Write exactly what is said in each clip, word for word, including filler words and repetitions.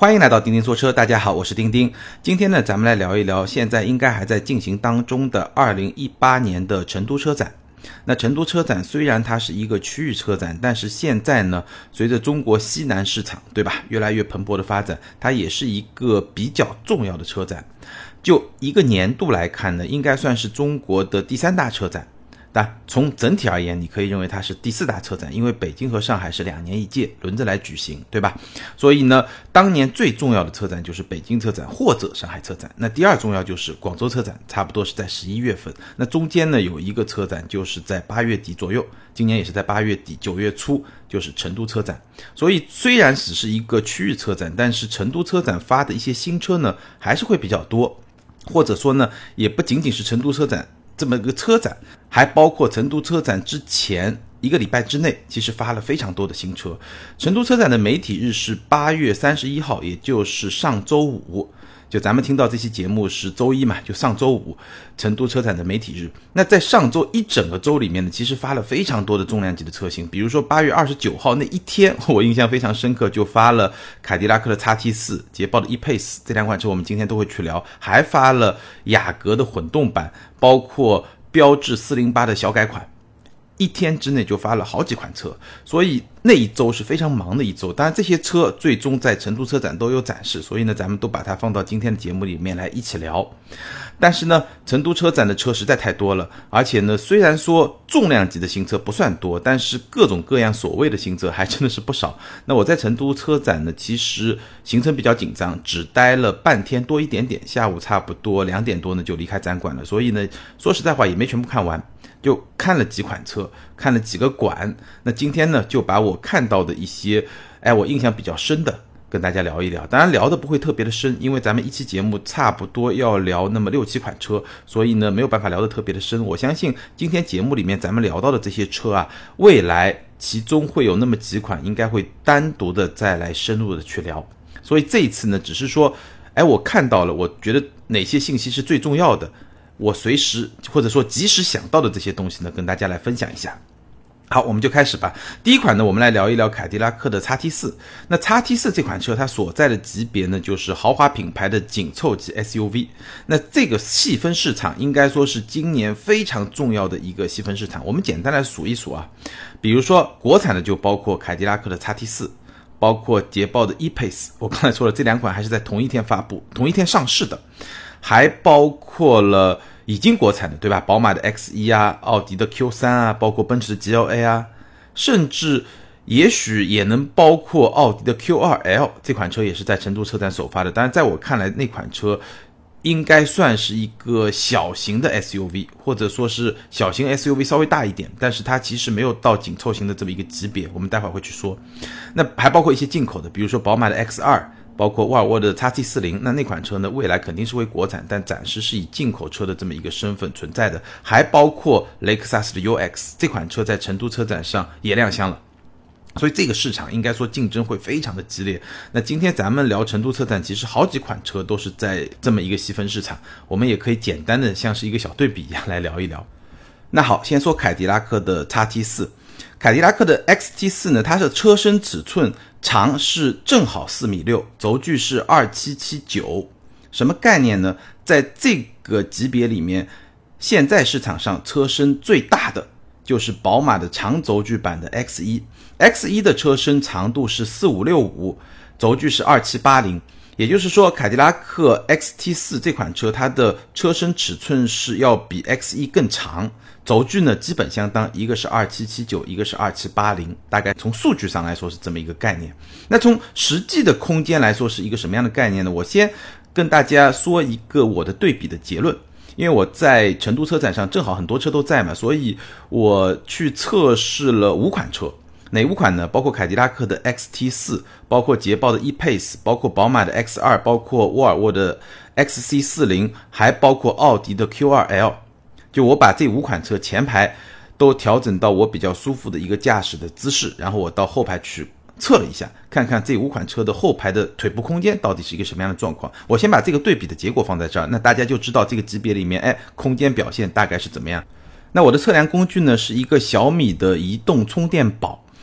欢迎来到钉钉说车，大家好，我是钉钉。今天呢，咱们来聊一聊现在应该还在进行当中的二零一八年的成都车展。那成都车展虽然它是一个区域车展，但是现在呢，随着中国西南市场，对吧，越来越蓬勃的发展，它也是一个比较重要的车展。就一个年度来看呢，应该算是中国的第三大车展。但从整体而言，你可以认为它是第四大车展，因为北京和上海是两年一届轮着来举行，对吧？所以呢，当年最重要的车展就是北京车展或者上海车展，那第二重要就是广州车展，差不多是在十一月份。那中间呢有一个车展就是在八月底左右，今年也是在八月底九月初，就是成都车展。所以虽然只是一个区域车展，但是成都车展发的一些新车呢还是会比较多，或者说呢也不仅仅是成都车展这么一个车展，还包括成都车展之前一个礼拜之内其实发了非常多的新车。成都车展的媒体日是八月三十一号，也就是上周五，就咱们听到这期节目是周一嘛，就上周五成都车展的媒体日。那在上周一整个周里面呢，其实发了非常多的重量级的车型，比如说八月二十九号那一天，我印象非常深刻，就发了凯迪拉克的 X T 四、捷豹的 E-Pace， 这两款车我们今天都会去聊，还发了雅阁的混动版，包括标致四零八的小改款，一天之内就发了好几款车，所以那一周是非常忙的一周。当然这些车最终在成都车展都有展示，所以呢咱们都把它放到今天的节目里面来一起聊。但是呢成都车展的车实在太多了，而且呢虽然说重量级的新车不算多，但是各种各样所谓的新车还真的是不少。那我在成都车展呢其实行程比较紧张，只待了半天多一点点，下午差不多两点多呢就离开展馆了，所以呢说实在话也没全部看完，就看了几款车，看了几个馆。那今天呢就把我看到的一些哎我印象比较深的跟大家聊一聊，当然聊的不会特别的深，因为咱们一期节目差不多要聊那么六七款车，所以呢没有办法聊得特别的深。我相信今天节目里面咱们聊到的这些车啊，未来其中会有那么几款应该会单独的再来深入的去聊。所以这一次呢只是说哎我看到了，我觉得哪些信息是最重要的，我随时或者说及时想到的这些东西呢跟大家来分享一下。好，我们就开始吧。第一款呢，我们来聊一聊凯迪拉克的 X T 四。那 X T 四 这款车它所在的级别呢，就是豪华品牌的紧凑级 S U V。那这个细分市场应该说是今年非常重要的一个细分市场。我们简单来数一数啊，比如说国产的就包括凯迪拉克的 X T 四，包括捷豹的 E-Pace， 我刚才说了这两款还是在同一天发布，同一天上市的，还包括了已经国产的，对吧？宝马的 X 一 啊，奥迪的 Q 三 啊，包括奔驰的 G L A 啊，甚至也许也能包括奥迪的 Q 二 L， 这款车也是在成都车展首发的。当然在我看来那款车应该算是一个小型的 S U V， 或者说是小型 S U V 稍微大一点，但是它其实没有到紧凑型的这么一个级别，我们待会儿会去说。那还包括一些进口的，比如说宝马的 X 二，包括沃尔沃的 X T 四十， 那那款车呢未来肯定是会国产，但暂时是以进口车的这么一个身份存在的。还包括雷克萨斯的 U X， 这款车在成都车展上也亮相了，所以这个市场应该说竞争会非常的激烈。那今天咱们聊成都车展，其实好几款车都是在这么一个细分市场，我们也可以简单的像是一个小对比一样来聊一聊。那好，先说凯迪拉克的 X T 四。凯迪拉克的 X T 四 呢，它的车身尺寸长是正好四米六，轴距是二七七九。什么概念呢？在这个级别里面，现在市场上车身最大的就是宝马的长轴距版的 X 一。X 一 的车身长度是四五六五，轴距是二七八零。也就是说凯迪拉克 X T 四 这款车它的车身尺寸是要比 X 一 更长，轴距呢基本相当，一个是二七七九，一个是二七八零，大概从数据上来说是这么一个概念。那从实际的空间来说是一个什么样的概念呢？我先跟大家说一个我的对比的结论。因为我在成都车展上正好很多车都在嘛，所以我去测试了五款车。哪五款呢？包括凯迪拉克的 X T 四， 包括捷豹的 E-Pace， 包括宝马的 X 二， 包括沃尔沃的 X C 四十， 还包括奥迪的 Q 二 L。 就我把这五款车前排都调整到我比较舒服的一个驾驶的姿势，然后我到后排去测了一下，看看这五款车的后排的腿部空间到底是一个什么样的状况。我先把这个对比的结果放在这儿，那大家就知道这个级别里面哎，空间表现大概是怎么样。那我的测量工具呢是一个小米的移动充电宝。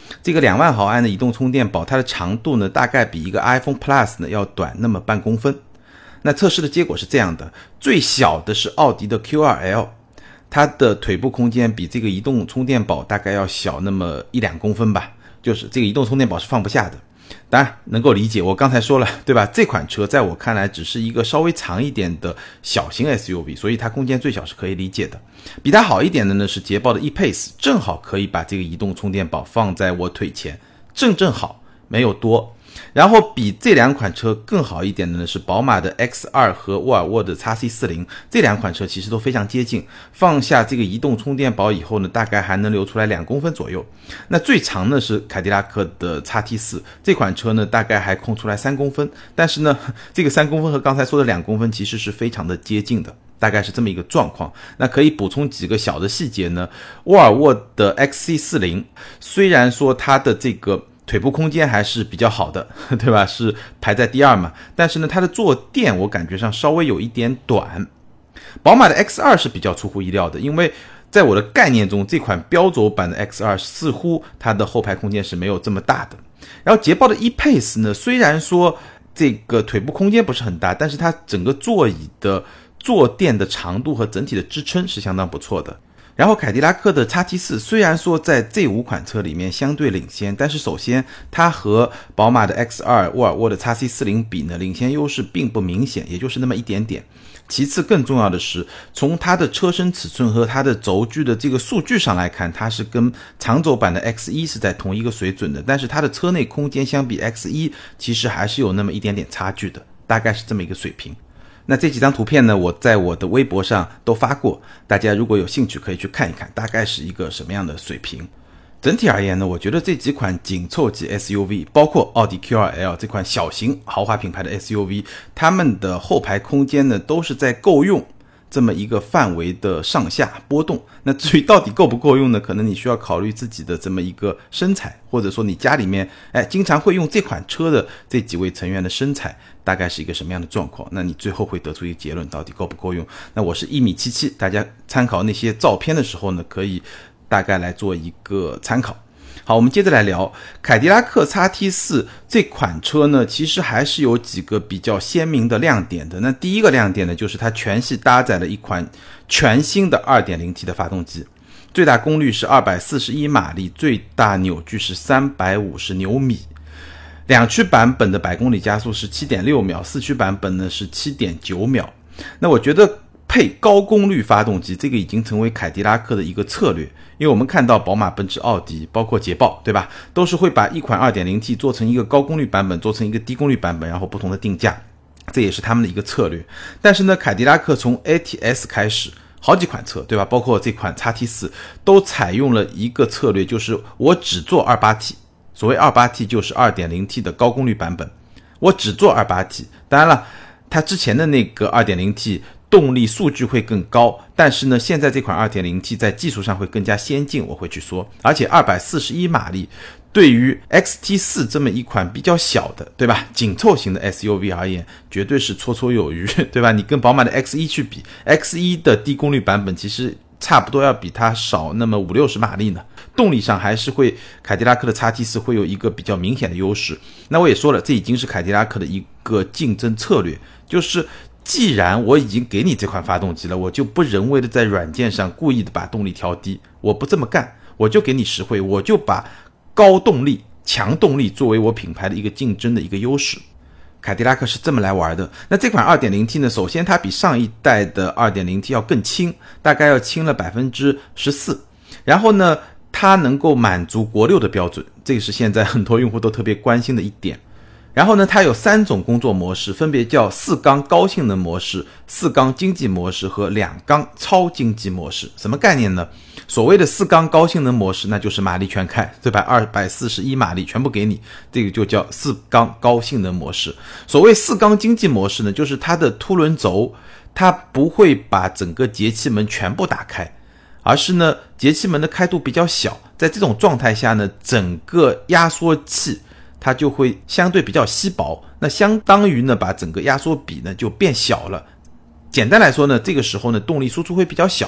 这个两万毫安的移动充电宝，它的长度呢大概比一个 iPhone Plus 呢要短那么半公分。那测试的结果是这样的，最小的是奥迪的 Q 二 L， 它的腿部空间比这个移动充电宝大概要小那么一两公分吧，就是这个移动充电宝是放不下的。当然能够理解，我刚才说了对吧，这款车在我看来只是一个稍微长一点的小型 S U V， 所以它空间最小是可以理解的。比它好一点的呢是捷豹的 E-Pace， 正好可以把这个移动充电宝放在我腿前，正正好，没有多。然后比这两款车更好一点的呢是宝马的 X 二 和沃尔沃的 X C 四十， 这两款车其实都非常接近，放下这个移动充电宝以后呢，大概还能留出来两公分左右。那最长呢是凯迪拉克的 X T 四， 这款车呢大概还空出来三公分，但是呢这个三公分和刚才说的两公分其实是非常的接近的，大概是这么一个状况。那可以补充几个小的细节呢，沃尔沃的 X C 四十 虽然说它的这个腿部空间还是比较好的，对吧？是排在第二嘛。但是呢，它的坐垫我感觉上稍微有一点短。宝马的 X 二 是比较出乎意料的，因为在我的概念中，这款标轴版的 X 二 似乎它的后排空间是没有这么大的。然后捷豹的 E-Pace 呢，虽然说这个腿部空间不是很大，但是它整个座椅的坐垫的长度和整体的支撑是相当不错的。然后凯迪拉克的 X T 四 虽然说在这五款车里面相对领先，但是首先它和宝马的 X 二、沃尔沃的 X C 四十 比呢，领先优势并不明显，也就是那么一点点。其次更重要的是，从它的车身尺寸和它的轴距的这个数据上来看，它是跟长轴版的 X 一 是在同一个水准的，但是它的车内空间相比 X 一 其实还是有那么一点点差距的，大概是这么一个水平。那这几张图片呢，我在我的微博上都发过，大家如果有兴趣可以去看一看，大概是一个什么样的水平。整体而言呢，我觉得这几款紧凑级 S U V， 包括奥迪 Q 二 L 这款小型豪华品牌的 S U V， 它们的后排空间呢都是在够用这么一个范围的上下波动。那至于到底够不够用呢，可能你需要考虑自己的这么一个身材，或者说你家里面哎经常会用这款车的这几位成员的身材大概是一个什么样的状况，那你最后会得出一个结论，到底够不够用。那我是一米七七，大家参考那些照片的时候呢，可以大概来做一个参考。好，我们接着来聊凯迪拉克 X T 四 这款车呢，其实还是有几个比较鲜明的亮点的。那第一个亮点呢，就是它全系搭载了一款全新的 二点零 T 的发动机，最大功率是二百四十一马力，最大扭矩是三百五十牛米。两驱版本的百公里加速是 七点六秒，四驱版本呢是 七点九秒。那我觉得配高功率发动机，这个已经成为凯迪拉克的一个策略，因为我们看到宝马、奔驰、奥迪，包括捷豹，对吧，都是会把一款 二点零 T 做成一个高功率版本，做成一个低功率版本，然后不同的定价，这也是他们的一个策略。但是呢，凯迪拉克从 A T S 开始，好几款车，对吧，包括这款 X T 四 都采用了一个策略，就是我只做 二十八 T， 所谓 二十八 T 就是 二点零 T 的高功率版本，我只做 二十八 T。 当然了，它之前的那个 二点零 T动力数据会更高，但是呢，现在这款 二点零 T 在技术上会更加先进，我会去说。而且二百四十一马力对于 X T 四 这么一款比较小的，对吧，紧凑型的 S U V 而言，绝对是绰绰有余，对吧？你跟宝马的 X 一 去比， X 一 的低功率版本其实差不多要比它少那么五六十马力呢，动力上还是会凯迪拉克的 X T 四 会有一个比较明显的优势。那我也说了，这已经是凯迪拉克的一个竞争策略，就是既然我已经给你这款发动机了，我就不人为的在软件上故意的把动力调低，我不这么干，我就给你实惠，我就把高动力、强动力作为我品牌的一个竞争的一个优势。凯迪拉克是这么来玩的。那这款 二点零 T 呢，首先它比上一代的 二点零 T 要更轻，大概要轻了 百分之十四。然后呢，它能够满足国六的标准，这个是现在很多用户都特别关心的一点。然后呢，它有三种工作模式，分别叫四缸高性能模式、四缸经济模式和两缸超经济模式。什么概念呢？所谓的四缸高性能模式，那就是马力全开，对吧？二百四十一马力全部给你，这个就叫四缸高性能模式。所谓四缸经济模式呢，就是它的凸轮轴，它不会把整个节气门全部打开，而是呢，节气门的开度比较小，在这种状态下呢，整个压缩器它就会相对比较稀薄，那相当于呢把整个压缩比呢就变小了。简单来说呢，这个时候呢动力输出会比较小，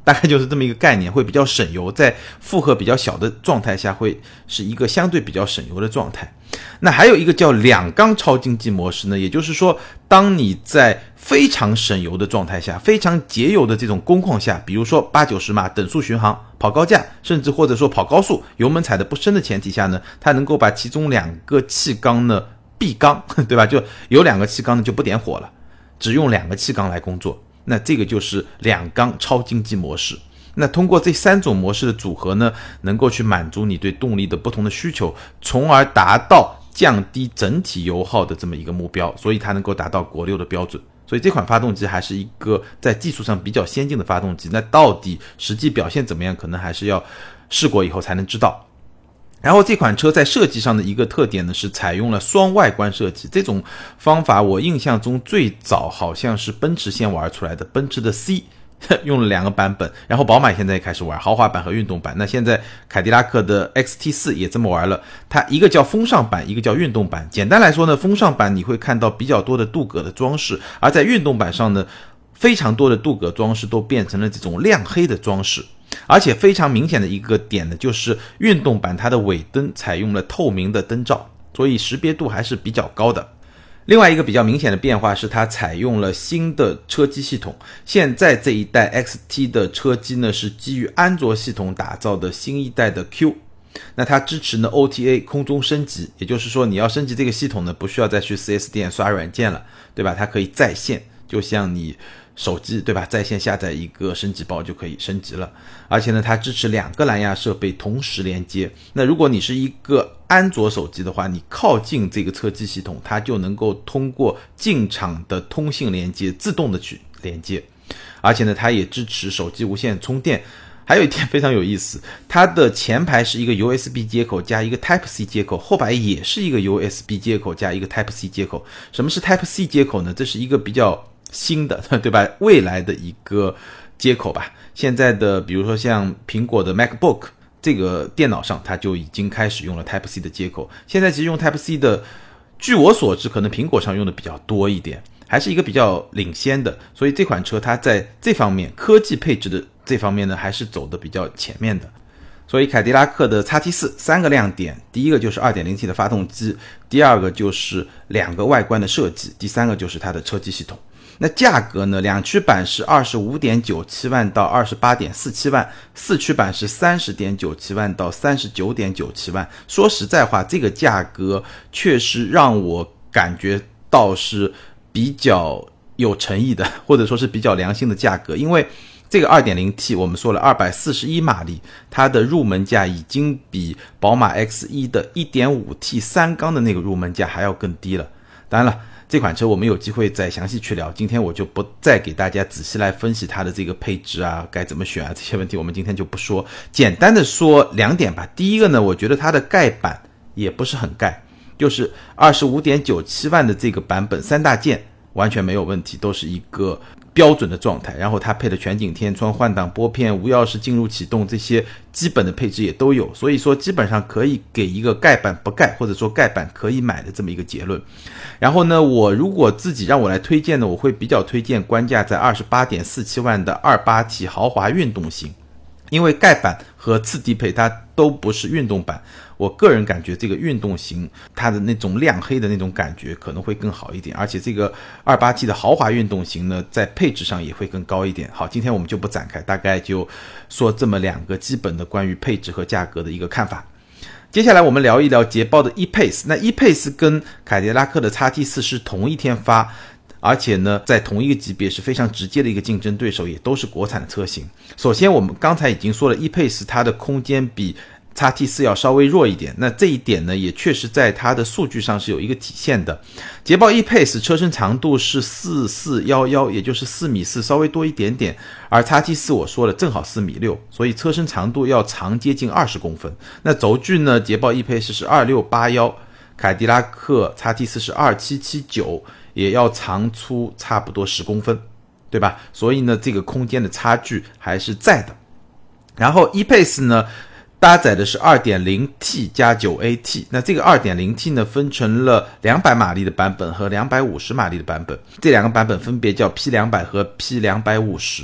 大概就是这么一个概念，会比较省油，在负荷比较小的状态下会是一个相对比较省油的状态。那还有一个叫两缸超经济模式呢，也就是说当你在非常省油的状态下，非常节油的这种工况下，比如说八九十码等速巡航，跑高架，甚至或者说跑高速，油门踩得不深的前提下呢，它能够把其中两个气缸呢闭缸，对吧？就有两个气缸呢就不点火了，只用两个气缸来工作，那这个就是两缸超经济模式。那通过这三种模式的组合呢，能够去满足你对动力的不同的需求，从而达到降低整体油耗的这么一个目标，所以它能够达到国六的标准。所以这款发动机还是一个在技术上比较先进的发动机，那到底实际表现怎么样，可能还是要试过以后才能知道。然后这款车在设计上的一个特点呢，是采用了双外观设计。这种方法我印象中最早好像是奔驰先玩出来的，奔驰的 C 用了两个版本，然后宝马现在也开始玩豪华版和运动版。那现在凯迪拉克的 X T 四 也这么玩了，它一个叫风尚版，一个叫运动版。简单来说呢，风尚版你会看到比较多的镀铬的装饰，而在运动版上呢，非常多的镀铬装饰都变成了这种亮黑的装饰。而且非常明显的一个点呢，就是运动版它的尾灯采用了透明的灯罩，所以识别度还是比较高的。另外一个比较明显的变化是它采用了新的车机系统，现在这一代 X T 的车机呢是基于安卓系统打造的新一代的 Q， 那它支持呢 O T A 空中升级，也就是说你要升级这个系统呢，不需要再去 四 S 店刷软件了，对吧？它可以在线，就像你手机对吧，在线下载一个升级包就可以升级了。而且呢，它支持两个蓝牙设备同时连接。那如果你是一个安卓手机的话，你靠近这个车机系统，它就能够通过进场的通信连接自动的去连接。而且呢，它也支持手机无线充电。还有一点非常有意思，它的前排是一个 U S B 接口加一个 Type C 接口，后排也是一个 U S B 接口加一个 Type C 接口。什么是 Type C 接口呢？这是一个比较新的，对吧？未来的一个接口吧。现在的比如说像苹果的 MacBook 这个电脑上，它就已经开始用了 Type C 的接口。现在其实用 Type C 的，据我所知，可能苹果上用的比较多一点，还是一个比较领先的。所以这款车它在这方面科技配置的这方面呢，还是走的比较前面的。所以凯迪拉克的 X T 四 三个亮点，第一个就是 二点零 T 的发动机，第二个就是两个外观的设计，第三个就是它的车机系统。那价格呢，两驱版是 二十五点九七万到 二十八点四七万，四驱版是 三十点九七万到 三十九点九七万。说实在话，这个价格确实让我感觉到是比较有诚意的，或者说是比较良心的价格。因为这个 二点零 T 我们说了二百四十一马力，它的入门价已经比宝马 X 一 的 一点五 T 三缸的那个入门价还要更低了。当然了，这款车我们有机会再详细去聊，今天我就不再给大家仔细来分析它的这个配置啊，该怎么选啊，这些问题我们今天就不说。简单的说两点吧。第一个呢，我觉得它的盖板也不是很盖，就是 二十五点九七万的这个版本三大件完全没有问题，都是一个标准的状态。然后它配的全景天窗、换挡拨片、无钥匙进入启动，这些基本的配置也都有，所以说基本上可以给一个盖板不盖，或者说盖板可以买的这么一个结论。然后呢，我如果自己让我来推荐呢，我会比较推荐官价在 二十八点四七万的 二八 T 豪华运动型，因为盖板和次低配它都不是运动版，我个人感觉这个运动型它的那种亮黑的那种感觉可能会更好一点，而且这个 二八 T 的豪华运动型呢，在配置上也会更高一点。好，今天我们就不展开，大概就说这么两个基本的关于配置和价格的一个看法。接下来我们聊一聊捷豹的 E-Pace。 那 E-Pace 跟凯迪拉克的 X T 四 是同一天发，而且呢在同一个级别是非常直接的一个竞争对手，也都是国产的车型。首先我们刚才已经说了 E-Pace 它的空间比 X T 四 要稍微弱一点，那这一点呢也确实在它的数据上是有一个体现的。捷豹 E-Pace 车身长度是四四一一，也就是四米四稍微多一点点，而 X T 四 我说了正好四米六，所以车身长度要长接近二十公分。那轴距呢，捷豹 E-Pace 是二六八一，凯迪拉克 X T 四 是二七七九，也要长出差不多十公分，对吧？所以呢这个空间的差距还是在的。然后 E-Pace 呢搭载的是 二点零 T 加 九 A T， 那这个 二点零 T 呢分成了两百马力的版本和两百五十马力的版本，这两个版本分别叫 P 两百 和 P 两百五十。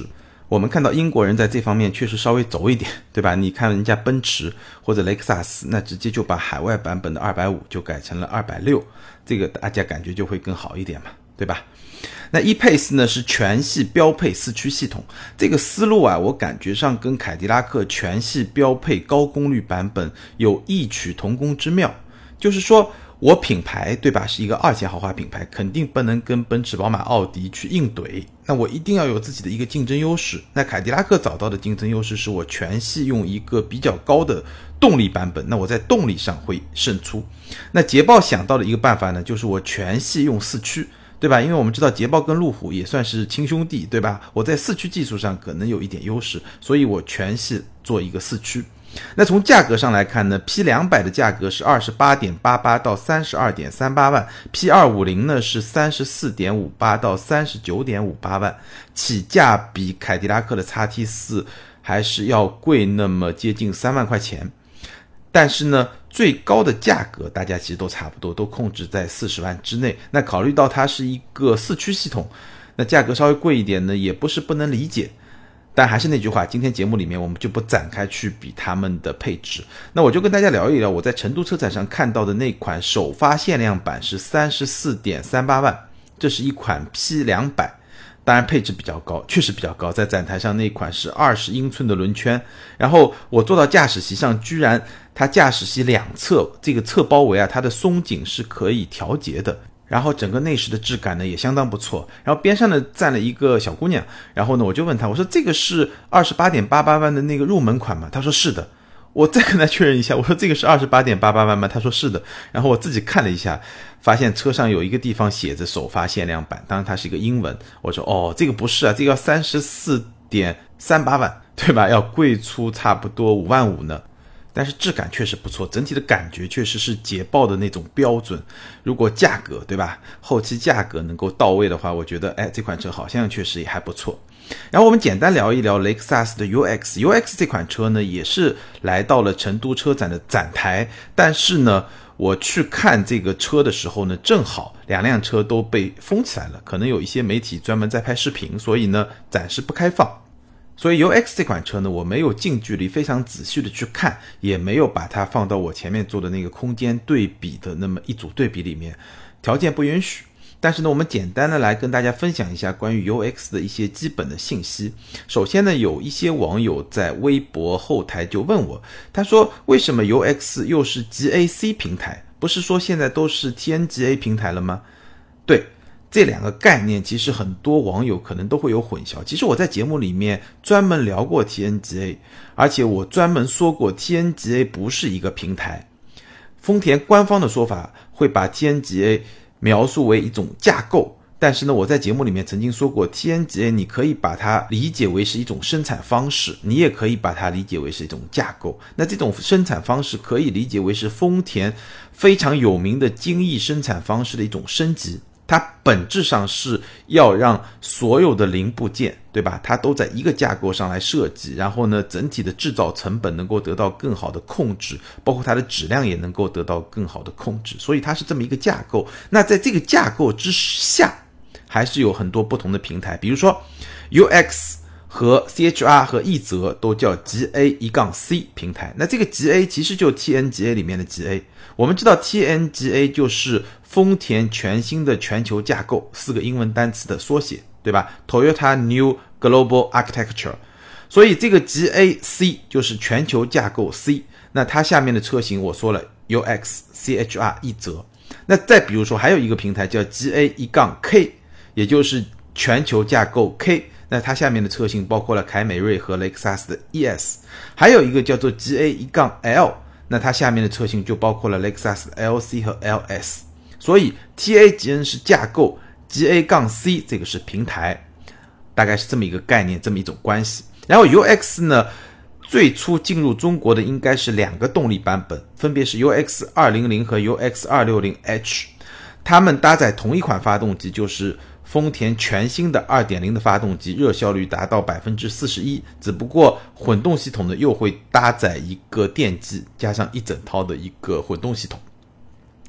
我们看到英国人在这方面确实稍微轴一点，对吧？你看人家奔驰或者雷克萨斯，那直接就把海外版本的二百五就改成了二百六，这个大家感觉就会更好一点嘛，对吧？那 E-Pace 呢是全系标配四驱系统，这个思路啊，我感觉上跟凯迪拉克全系标配高功率版本有异曲同工之妙。就是说我品牌对吧，是一个二线豪华品牌，肯定不能跟奔驰宝马奥迪去硬怼，那我一定要有自己的一个竞争优势。那凯迪拉克找到的竞争优势是我全系用一个比较高的动力版本，那我在动力上会胜出。那捷豹想到的一个办法呢，就是我全系用四驱，对吧？因为我们知道捷豹跟路虎也算是亲兄弟，对吧？我在四驱技术上可能有一点优势，所以我全系做一个四驱。那从价格上来看呢 ，P 两百 的价格是 二十八点八八 到 三十二点三八万 ，P 二五零 呢是 三十四点五八 到 三十九点五八万，起价比凯迪拉克的 X T 四 还是要贵那么接近三万块钱。但是呢，最高的价格大家其实都差不多，都控制在四十万之内。那考虑到它是一个四驱系统，那价格稍微贵一点呢，也不是不能理解。但还是那句话，今天节目里面我们就不展开去比他们的配置。那我就跟大家聊一聊我在成都车展上看到的那款首发限量版是 三十四点三八万，这是一款 P 两百，当然配置比较高，确实比较高。在展台上那款是二十英寸的轮圈，然后我坐到驾驶席上，居然它驾驶席两侧这个侧包围啊，它的松紧是可以调节的。然后整个内饰的质感呢也相当不错，然后边上呢站了一个小姑娘，然后呢我就问她，我说这个是 二十八点八八万的那个入门款吗？她说是的。我再跟她确认一下，我说这个是 二十八点八八万吗？她说是的。然后我自己看了一下，发现车上有一个地方写着首发限量版，当然它是一个英文。我说哦，这个不是啊，这个要 三十四点三八万，对吧？要贵出差不多五万五呢。但是质感确实不错，整体的感觉确实是捷豹的那种标准。如果价格对吧，后期价格能够到位的话，我觉得哎，这款车好像确实也还不错。然后我们简单聊一聊雷克萨斯的 U X。 U X 这款车呢也是来到了成都车展的展台，但是呢我去看这个车的时候呢，正好两辆车都被封起来了，可能有一些媒体专门在拍视频，所以呢暂时不开放。所以 U X 这款车呢，我没有近距离非常仔细的去看，也没有把它放到我前面做的那个空间对比的那么一组对比里面，条件不允许。但是呢，我们简单的来跟大家分享一下关于 U X 的一些基本的信息。首先呢，有一些网友在微博后台就问我，他说为什么 U X 又是 G A C 平台，不是说现在都是 T N G A 平台了吗？对，这两个概念其实很多网友可能都会有混淆。其实我在节目里面专门聊过 T N G A， 而且我专门说过 T N G A 不是一个平台。丰田官方的说法会把 T N G A 描述为一种架构，但是呢，我在节目里面曾经说过 T N G A 你可以把它理解为是一种生产方式，你也可以把它理解为是一种架构。那这种生产方式可以理解为是丰田非常有名的精益生产方式的一种升级。它本质上是要让所有的零部件，对吧，它都在一个架构上来设计，然后呢，整体的制造成本能够得到更好的控制，包括它的质量也能够得到更好的控制，所以它是这么一个架构。那在这个架构之下，还是有很多不同的平台，比如说 U X 和 C H R 和奕泽都叫 G A 一杠 C 平台，那这个 G A 其实就 T N G A 里面的 G A。我们知道 T N G A 就是丰田全新的全球架构，四个英文单词的缩写，对吧？ Toyota New Global Architecture。 所以这个 G A C 就是全球架构 C， 那它下面的车型我说了 U X、C H R、奕泽。那再比如说还有一个平台叫 G A 一杠 K， 也就是全球架构 K， 那它下面的车型包括了凯美瑞和雷克萨斯的 E S。 还有一个叫做 G A 一杠 L，那它下面的车型就包括了雷克萨斯 L C 和 L S。 所以 T A G N 是架构， G A 杠 C 这个是平台，大概是这么一个概念，这么一种关系。然后 U X 呢，最初进入中国的应该是两个动力版本，分别是 U X 二百和 U X 二百六十 H， 它们搭载同一款发动机，就是丰田全新的 二点零 的发动机，热效率达到 百分之四十一， 只不过混动系统呢又会搭载一个电机加上一整套的一个混动系统。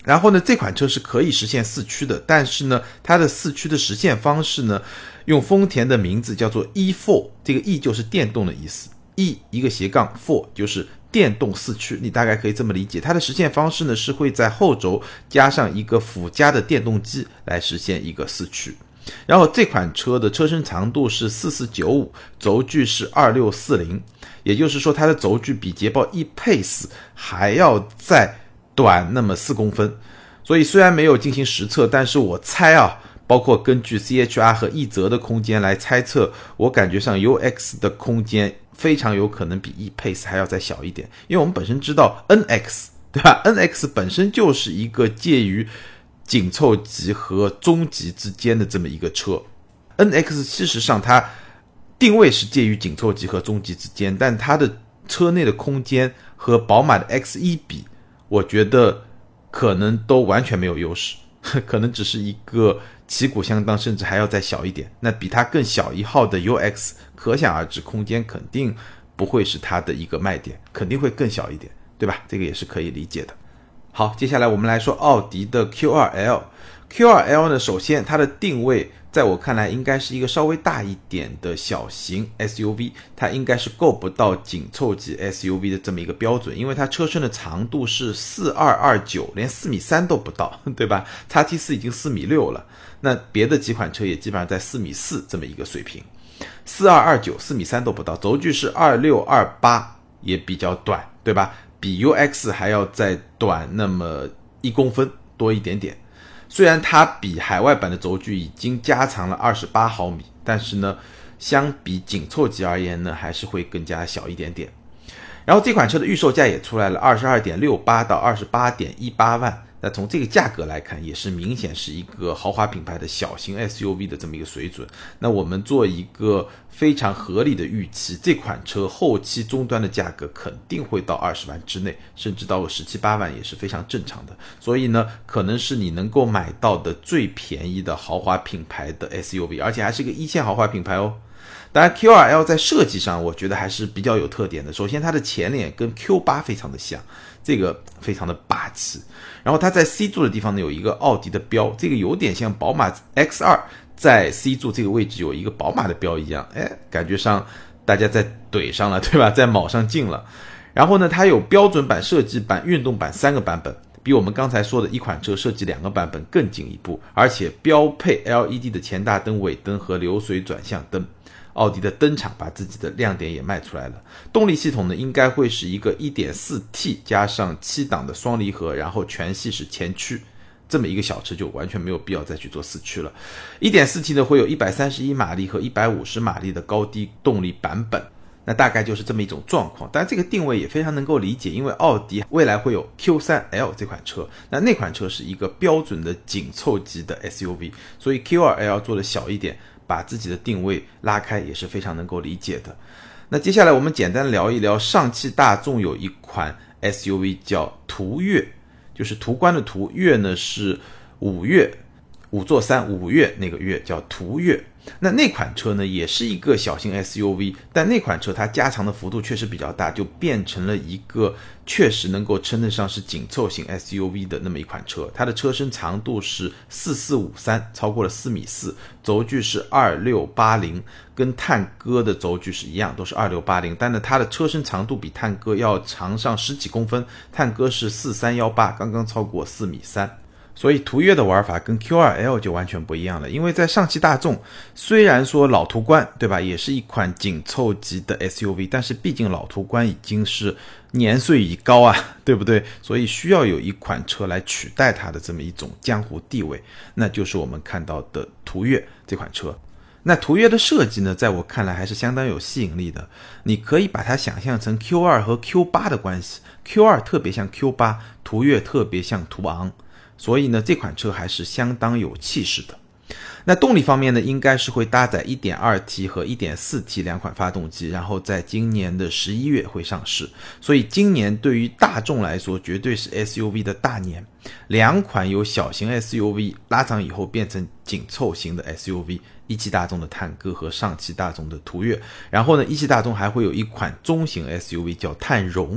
然后呢，这款车是可以实现四驱的，但是呢，它的四驱的实现方式呢，用丰田的名字叫做 E 四， 这个 E 就是电动的意思， E 一个斜杠四就是电动四驱，你大概可以这么理解。它的实现方式呢，是会在后轴加上一个附加的电动机来实现一个四驱。然后这款车的车身长度是四四九五，轴距是二六四零，也就是说它的轴距比捷豹 E-Pace 还要再短那么四公分。所以虽然没有进行实测，但是我猜啊，包括根据 C H R 和奕泽的空间来猜测，我感觉上 U X 的空间非常有可能比 E-Pace 还要再小一点。因为我们本身知道 N X 对吧 N X 本身就是一个介于紧凑级和中级之间的这么一个车。 N X 事实上它定位是介于紧凑级和中级之间，但它的车内的空间和宝马的 X 一 比，我觉得可能都完全没有优势，可能只是一个旗鼓相当，甚至还要再小一点。那比它更小一号的 U X 可想而知，空间肯定不会是它的一个卖点，肯定会更小一点，对吧？这个也是可以理解的。好，接下来我们来说奥迪的 Q 二 L。 Q 二 L 呢，首先它的定位在我看来应该是一个稍微大一点的小型 S U V， 它应该是够不到紧凑级 S U V 的这么一个标准，因为它车身的长度是四二二九，连四米三都不到，对吧？ X T 四 已经四米六了，那别的几款车也基本上在四米四这么一个水平，四二二九 四米三都不到，轴距是二六二八，也比较短，对吧？比 U X 还要再短那么一公分多一点点。虽然它比海外版的轴距已经加长了二十八毫米，但是呢，相比紧凑级而言呢，还是会更加小一点点。然后这款车的预售价也出来了 二十二点六八 到 二十八点一八万，那从这个价格来看，也是明显是一个豪华品牌的小型 S U V 的这么一个水准。那我们做一个非常合理的预期，这款车后期终端的价格肯定会到二十万之内，甚至到十七八万也是非常正常的。所以呢，可能是你能够买到的最便宜的豪华品牌的 S U V， 而且还是一个一线豪华品牌哦。当然 Q 二 L 在设计上我觉得还是比较有特点的。首先它的前脸跟 Q 八 非常的像，这个非常的霸气。然后它在 C 柱的地方呢有一个奥迪的标，这个有点像宝马 X 二 在 C 柱这个位置有一个宝马的标一样，哎，感觉上大家在怼上了，对吧？在卯上劲了。然后呢，它有标准版、设计版、运动版三个版本，比我们刚才说的一款车设计两个版本更进一步，而且标配 L E D 的前大灯、尾灯和流水转向灯。奥迪的灯厂把自己的亮点也卖出来了。动力系统呢，应该会是一个 一点四 T 加上七档的双离合，然后全系是前驱，这么一个小车就完全没有必要再去做四驱了。 一点四 T 呢会有一百三十一马力和一百五十马力的高低动力版本，那大概就是这么一种状况。但这个定位也非常能够理解，因为奥迪未来会有 Q 三 L 这款车，那那款车是一个标准的紧凑级的 S U V， 所以 Q 二 L 做的小一点，把自己的定位拉开也是非常能够理解的。那接下来我们简单聊一聊上汽大众有一款 S U V 叫途岳，就是途观的途，岳呢是五岳，五座山五岳那个岳叫途岳。那那款车呢也是一个小型 S U V， 但那款车它加长的幅度确实比较大，就变成了一个确实能够称得上是紧凑型 S U V 的那么一款车。它的车身长度是四四五三，超过了四米四，轴距是二六八零，跟探戈的轴距是一样，都是二六八零，但呢它的车身长度比探戈要长上十几公分，探戈是四三一八，刚刚超过四米三。所以途岳的玩法跟 Q 二 L 就完全不一样了。因为在上汽大众，虽然说老途观对吧，也是一款紧凑级的 S U V， 但是毕竟老途观已经是年岁已高啊，对不对？所以需要有一款车来取代它的这么一种江湖地位，那就是我们看到的途岳这款车。那途岳的设计呢，在我看来还是相当有吸引力的。你可以把它想象成 Q 二 和 Q 八 的关系， Q 二 特别像 Q 八， 途岳特别像途昂，所以呢这款车还是相当有气势的。那动力方面呢，应该是会搭载 一点二 T 和 一点四 T 两款发动机，然后在今年的十一月会上市。所以今年对于大众来说绝对是 S U V 的大年，两款由小型 S U V 拉长以后变成紧凑型的 S U V， 一汽大众的探戈和上汽大众的途岳。然后呢，一汽大众还会有一款中型 S U V 叫探荣。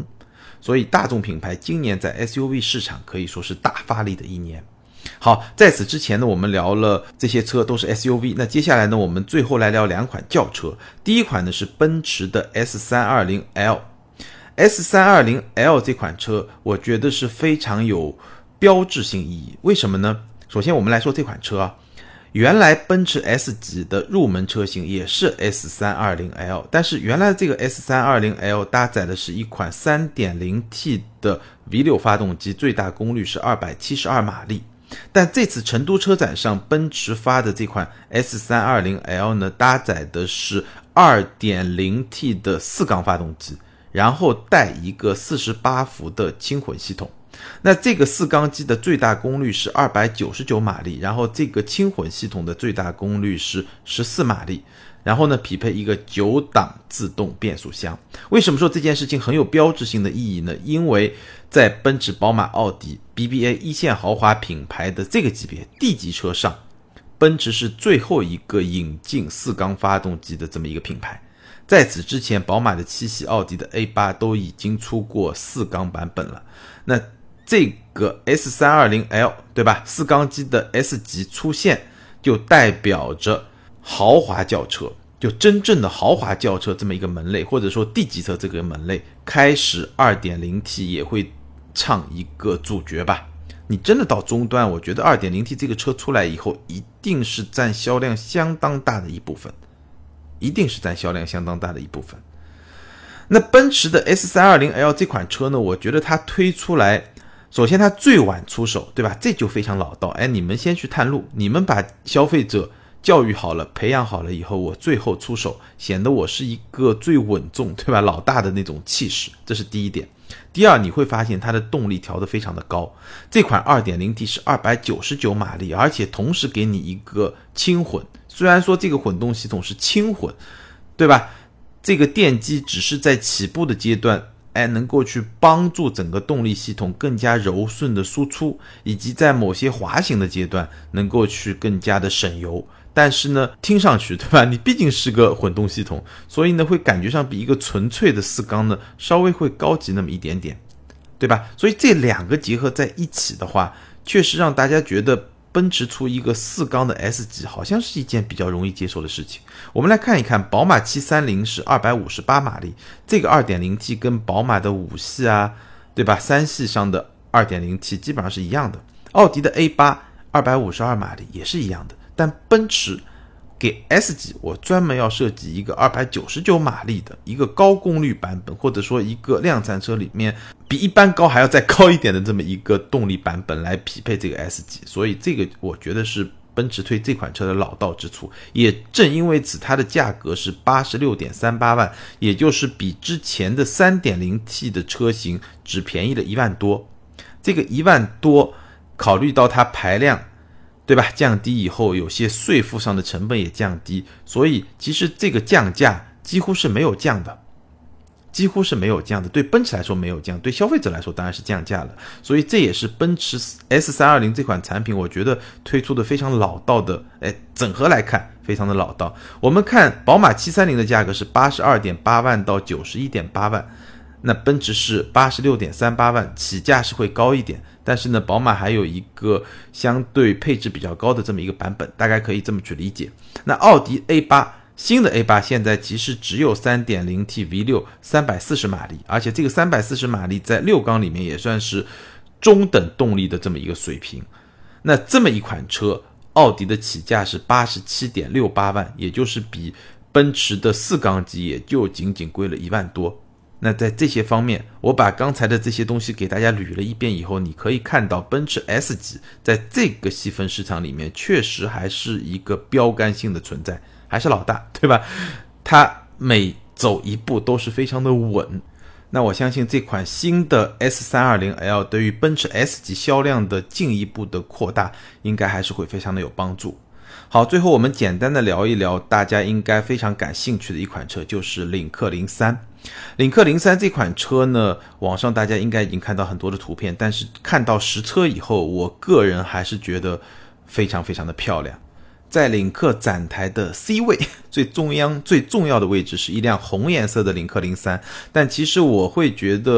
所以大众品牌今年在 S U V 市场可以说是大发力的一年。好，在此之前呢，我们聊了这些车都是 S U V， 那接下来呢，我们最后来聊两款轿车。第一款呢是奔驰的 S 三二零 L。S 三二零 L 这款车我觉得是非常有标志性意义。为什么呢？首先我们来说这款车啊，原来奔驰 S 级的入门车型也是 S 三二零 L， 但是原来这个 S 三二零 L 搭载的是一款 三点零 T 的 V 六 发动机，最大功率是二百七十二马力。但这次成都车展上奔驰发的这款 S 三二零 L 呢，搭载的是 二点零 T 的四缸发动机，然后带一个四十八伏的轻混系统。那这个四缸机的最大功率是二百九十九马力，然后这个轻混系统的最大功率是十四马力，然后呢匹配一个九档自动变速箱。为什么说这件事情很有标志性的意义呢？因为在奔驰、宝马、奥迪 B B A 一线豪华品牌的这个级别 D 级车上，奔驰是最后一个引进四缸发动机的这么一个品牌。在此之前，宝马的七系、奥迪的 A 八 都已经出过四缸版本了。那这个 S 三二零 L 对吧，四缸机的 S 级出现，就代表着豪华轿车，就真正的豪华轿车这么一个门类，或者说 D 级车这个门类开始 二点零 T 也会唱一个主角吧。你真的到终端，我觉得 二点零 T 这个车出来以后一定是占销量相当大的一部分，一定是占销量相当大的一部分。那奔驰的 S 三二零 L 这款车呢，我觉得它推出来，首先它最晚出手，对吧？这就非常老道。哎，你们先去探路，你们把消费者教育好了，培养好了以后，我最后出手，显得我是一个最稳重，对吧？老大的那种气势，这是第一点。第二，你会发现它的动力调得非常的高，这款 二点零 T 是二百九十九马力，而且同时给你一个轻混，虽然说这个混动系统是轻混，对吧？这个电机只是在起步的阶段，哎，能够去帮助整个动力系统更加柔顺的输出，以及在某些滑行的阶段能够去更加的省油。但是呢，听上去对吧，你毕竟是个混动系统，所以呢会感觉上比一个纯粹的四缸呢稍微会高级那么一点点，对吧？所以这两个结合在一起的话，确实让大家觉得奔驰出一个四缸的 S 级好像是一件比较容易接受的事情。我们来看一看，宝马七三零是二百五十八马力，这个 二点零 T 跟宝马的五系啊，对吧，三系上的 二点零 T 基本上是一样的。奥迪的 A 八 二百五十二马力也是一样的，但奔驰给 S 级我专门要设计一个二百九十九马力的一个高功率版本，或者说一个量产车里面比一般高还要再高一点的这么一个动力版本来匹配这个 S 级，所以这个我觉得是奔驰推这款车的老道之处。也正因为此，它的价格是 八十六点三八万，也就是比之前的 三点零 T 的车型只便宜了一万多。这个一万多考虑到它排量对吧降低以后，有些税负上的成本也降低，所以其实这个降价几乎是没有降的，几乎是没有降的。对奔驰来说没有降，对消费者来说当然是降价了。所以这也是奔驰 S 三二零 这款产品我觉得推出的非常老道的，哎，整合来看非常的老道。我们看宝马七三零的价格是 八十二点八万到 九十一点八万，那奔驰是 八十六点三八万，起价是会高一点，但是呢宝马还有一个相对配置比较高的这么一个版本，大概可以这么去理解。那奥迪 A 八， 新的 A 八 现在其实只有 三点零 T V 六 三百四十马力，而且这个三百四十马力在六缸里面也算是中等动力的这么一个水平。那这么一款车，奥迪的起价是 八十七点六八万，也就是比奔驰的四缸机也就仅仅贵了一万多。那在这些方面，我把刚才的这些东西给大家捋了一遍以后，你可以看到奔驰 S 级在这个细分市场里面确实还是一个标杆性的存在，还是老大，对吧？它每走一步都是非常的稳。那我相信这款新的 S 三二零 L 对于奔驰 S 级销量的进一步的扩大应该还是会非常的有帮助。好，最后我们简单的聊一聊大家应该非常感兴趣的一款车，就是领克零三。领克零三这款车呢，网上大家应该已经看到很多的图片，但是看到实车以后，我个人还是觉得非常非常的漂亮。在领克展台的 C 位最中央最重要的位置是一辆红颜色的领克零三，但其实我会觉得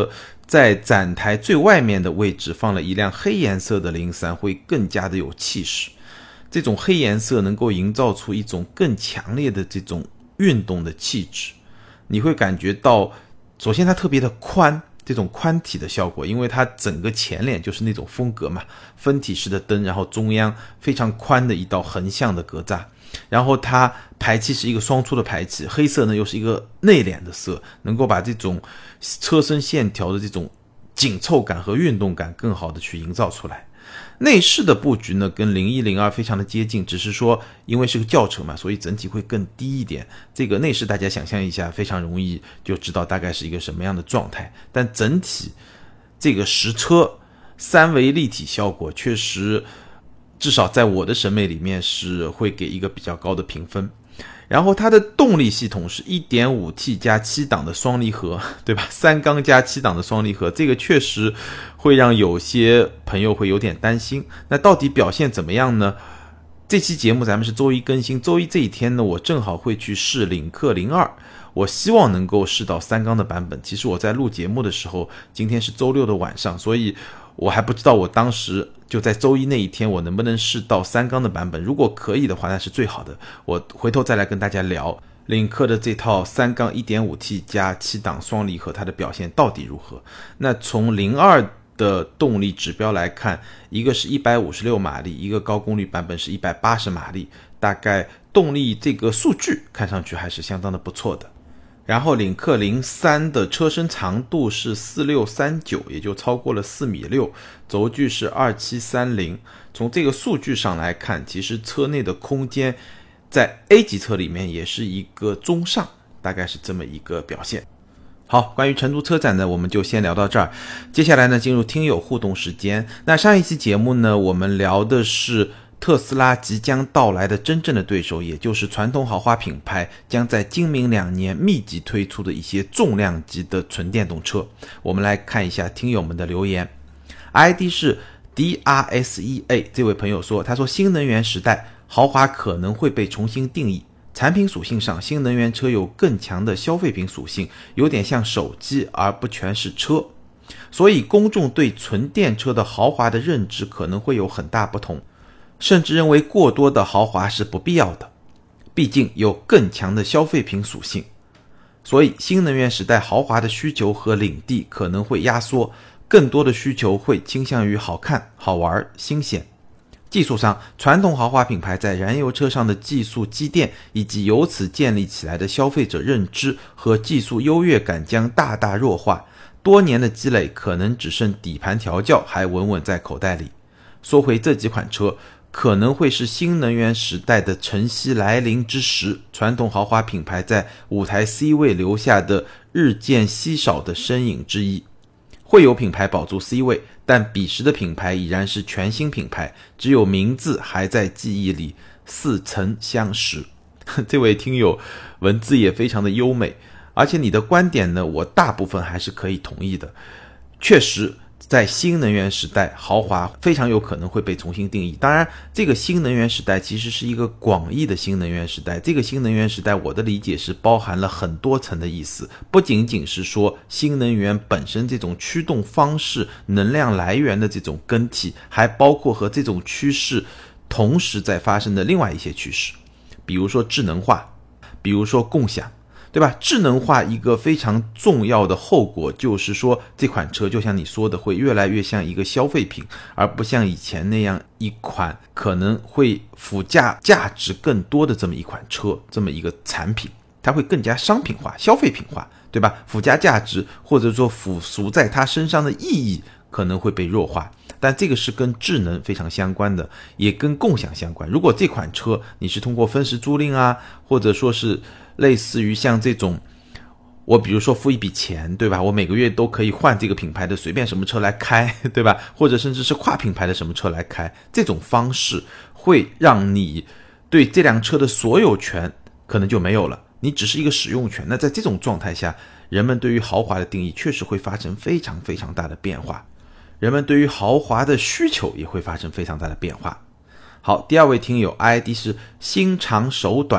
在展台最外面的位置放了一辆黑颜色的零三，会更加的有气势。这种黑颜色能够营造出一种更强烈的这种运动的气质，你会感觉到，首先它特别的宽，这种宽体的效果，因为它整个前脸就是那种风格嘛，分体式的灯，然后中央非常宽的一道横向的格栅，然后它排气是一个双出的排气，黑色呢又是一个内敛的色，能够把这种车身线条的这种紧凑感和运动感更好的去营造出来。内饰的布局呢跟零一零二非常的接近，只是说因为是个轿车嘛，所以整体会更低一点。这个内饰大家想象一下，非常容易就知道大概是一个什么样的状态。但整体这个实车三维立体效果确实至少在我的审美里面是会给一个比较高的评分。然后它的动力系统是 一点五 T 加七档的双离合，对吧？三缸加七档的双离合，这个确实会让有些朋友会有点担心。那到底表现怎么样呢？这期节目咱们是周一更新，周一这一天呢，我正好会去试领克零二，我希望能够试到三缸的版本。其实我在录节目的时候，今天是周六的晚上，所以我还不知道我当时就在周一那一天我能不能试到三缸的版本。如果可以的话，那是最好的，我回头再来跟大家聊领克的这套三缸 一点五 T 加七档双离合它的表现到底如何。那从零二的动力指标来看，一个是一百五十六马力，一个高功率版本是一百八十马力，大概动力这个数据看上去还是相当的不错的。然后领克零三的车身长度是四六三九，也就超过了四米六，轴距是二七三零。从这个数据上来看，其实车内的空间在 A 级车里面也是一个中上，大概是这么一个表现。好，关于成都车展呢，我们就先聊到这儿。接下来呢，进入听友互动时间。那上一期节目呢，我们聊的是特斯拉即将到来的真正的对手，也就是传统豪华品牌将在今明两年密集推出的一些重量级的纯电动车。我们来看一下听友们的留言。 I D 是 D R S E A， 这位朋友说，他说新能源时代豪华可能会被重新定义，产品属性上新能源车有更强的消费品属性，有点像手机而不全是车，所以公众对纯电车的豪华的认知可能会有很大不同，甚至认为过多的豪华是不必要的，毕竟有更强的消费品属性。所以新能源时代豪华的需求和领地可能会压缩，更多的需求会倾向于好看、好玩、新鲜。技术上，传统豪华品牌在燃油车上的技术积淀以及由此建立起来的消费者认知和技术优越感将大大弱化，多年的积累可能只剩底盘调教还稳稳在口袋里。说回这几款车，可能会是新能源时代的晨曦来临之时，传统豪华品牌在舞台 C 位留下的日渐稀少的身影之一。会有品牌保住 C 位，但彼时的品牌已然是全新品牌，只有名字还在记忆里似曾相识。这位听友文字也非常的优美，而且你的观点呢，我大部分还是可以同意的。确实在新能源时代，豪华非常有可能会被重新定义。当然，这个新能源时代其实是一个广义的新能源时代。这个新能源时代，我的理解是包含了很多层的意思，不仅仅是说新能源本身这种驱动方式、能量来源的这种更替，还包括和这种趋势同时在发生的另外一些趋势，比如说智能化，比如说共享。对吧？智能化一个非常重要的后果就是说，这款车就像你说的，会越来越像一个消费品，而不像以前那样一款可能会附加价值更多的这么一款车，这么一个产品，它会更加商品化、消费品化，对吧？附加价值或者说附属在它身上的意义可能会被弱化。但这个是跟智能非常相关的，也跟共享相关。如果这款车你是通过分时租赁啊，或者说是类似于像这种，我比如说付一笔钱，对吧？我每个月都可以换这个品牌的随便什么车来开，对吧？或者甚至是跨品牌的什么车来开，这种方式会让你对这辆车的所有权可能就没有了，你只是一个使用权。那在这种状态下，人们对于豪华的定义确实会发生非常非常大的变化，人们对于豪华的需求也会发生非常大的变化。好，第二位听友 I D 是心长手短，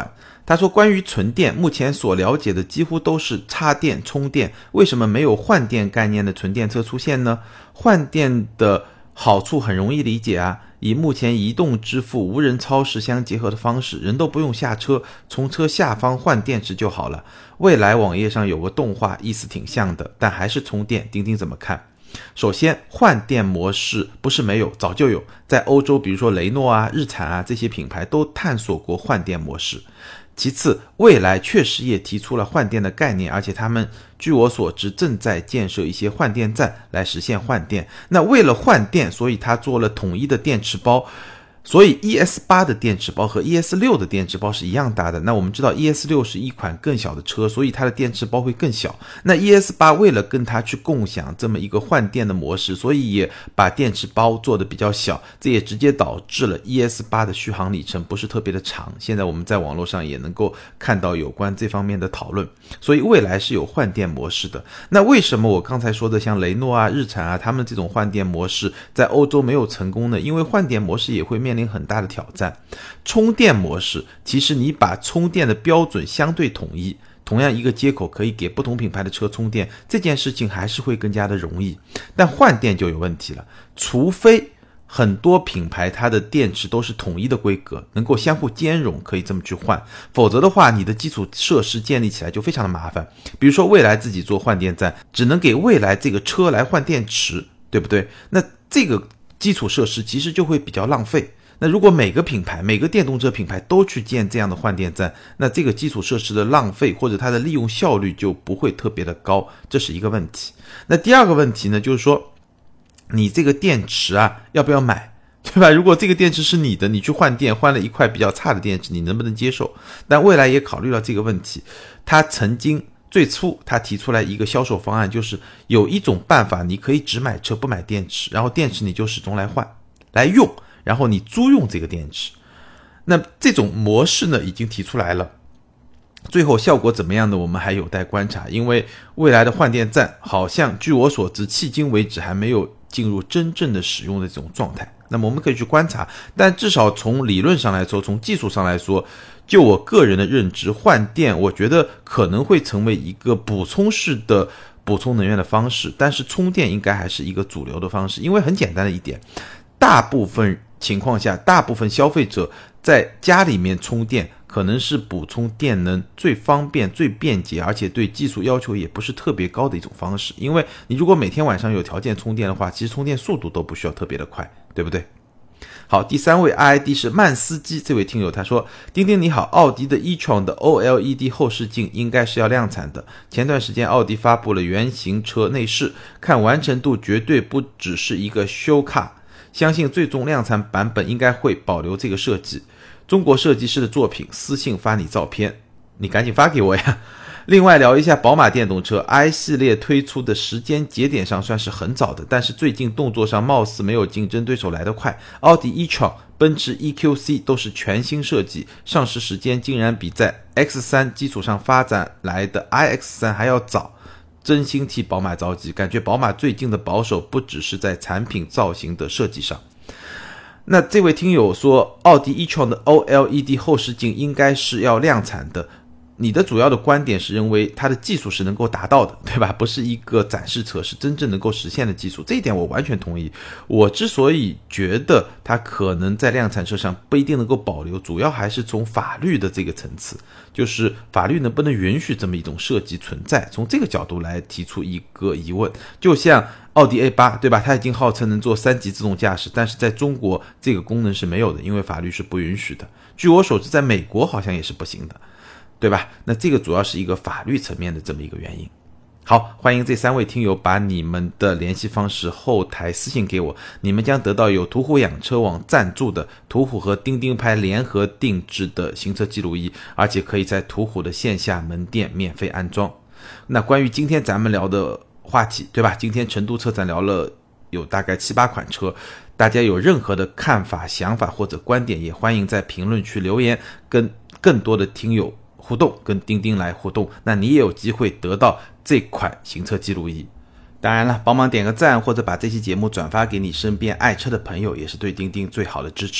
他说关于纯电，目前所了解的几乎都是插电充电，为什么没有换电概念的纯电车出现呢？换电的好处很容易理解啊，以目前移动支付、无人超市相结合的方式，人都不用下车，从车下方换电池就好了。未来网页上有个动画，意思挺像的，但还是充电，丁丁怎么看？首先，换电模式不是没有，早就有，在欧洲比如说雷诺啊、日产啊这些品牌都探索过换电模式。其次，蔚来确实也提出了换电的概念，而且他们据我所知正在建设一些换电站来实现换电。那为了换电，所以他做了统一的电池包，所以 E S 八 的电池包和 E S 六 的电池包是一样大的。那我们知道 E S 六 是一款更小的车，所以它的电池包会更小。那 E S 八 为了跟它去共享这么一个换电的模式，所以也把电池包做得比较小，这也直接导致了 E S 八 的续航里程不是特别的长。现在我们在网络上也能够看到有关这方面的讨论，所以未来是有换电模式的。那为什么我刚才说的像雷诺啊、日产啊，他们这种换电模式在欧洲没有成功呢？因为换电模式也会面临很大的挑战。充电模式其实你把充电的标准相对统一，同样一个接口可以给不同品牌的车充电，这件事情还是会更加的容易。但换电就有问题了，除非很多品牌它的电池都是统一的规格，能够相互兼容，可以这么去换，否则的话你的基础设施建立起来就非常的麻烦。比如说蔚来自己做换电站，只能给蔚来这个车来换电池，对不对？那这个基础设施其实就会比较浪费。那如果每个品牌每个电动车品牌都去建这样的换电站，那这个基础设施的浪费或者它的利用效率就不会特别的高，这是一个问题。那第二个问题呢，就是说你这个电池啊要不要买，对吧？如果这个电池是你的，你去换电换了一块比较差的电池，你能不能接受？但蔚来也考虑到这个问题，他曾经最初他提出来一个销售方案，就是有一种办法你可以只买车不买电池，然后电池你就始终来换来用，然后你租用这个电池。那这种模式呢已经提出来了，最后效果怎么样呢？我们还有待观察，因为未来的换电站好像据我所知迄今为止还没有进入真正的使用的这种状态。那么我们可以去观察，但至少从理论上来说，从技术上来说，就我个人的认知，换电我觉得可能会成为一个补充式的补充能源的方式，但是充电应该还是一个主流的方式。因为很简单的一点，大部分情况下，大部分消费者在家里面充电可能是补充电能最方便最便捷，而且对技术要求也不是特别高的一种方式。因为你如果每天晚上有条件充电的话，其实充电速度都不需要特别的快，对不对？好，第三位 I D 是慢司机，这位听友他说，丁丁你好，奥迪的 e-tron 的 O L E D 后视镜应该是要量产的，前段时间奥迪发布了原型车内饰，看完成度绝对不只是一个 show car， 相信最终量产版本应该会保留这个设计，中国设计师的作品，私信发你照片，你赶紧发给我呀。另外聊一下宝马电动车 I 系列推出的时间节点上算是很早的，但是最近动作上貌似没有竞争对手来得快，奥迪 e-tron、奔驰 E Q C 都是全新设计，上市时间竟然比在 X 三 基础上发展来的 I X 三 还要早，真心替宝马着急，感觉宝马最近的保守不只是在产品造型的设计上。那这位听友说奥迪 e-tron 的 O L E D 后视镜应该是要量产的，你的主要的观点是认为它的技术是能够达到的，对吧？不是一个展示车，是真正能够实现的技术，这一点我完全同意。我之所以觉得它可能在量产车上不一定能够保留，主要还是从法律的这个层次，就是法律能不能允许这么一种设计存在，从这个角度来提出一个疑问。就像奥迪 A 八， 对吧？它已经号称能做三级自动驾驶，但是在中国这个功能是没有的，因为法律是不允许的。据我所知，在美国好像也是不行的，对吧？那这个主要是一个法律层面的这么一个原因。好，欢迎这三位听友把你们的联系方式后台私信给我，你们将得到由途虎养车网赞助的途虎和钉钉拍联合定制的行车记录仪，而且可以在途虎的线下门店免费安装。那关于今天咱们聊的话题，对吧？今天成都车展聊了有大概七八款车，大家有任何的看法、想法或者观点，也欢迎在评论区留言，跟更多的听友互动，跟钉钉来互动，那你也有机会得到这款行车记录仪。当然了，帮忙点个赞或者把这期节目转发给你身边爱车的朋友，也是对钉钉最好的支持。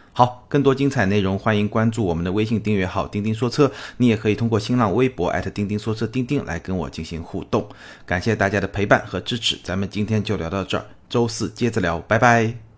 好，更多精彩内容欢迎关注我们的微信订阅号钉钉说车，你也可以通过新浪微博钉钉说车钉钉来跟我进行互动。感谢大家的陪伴和支持，咱们今天就聊到这儿，周四接着聊，拜拜。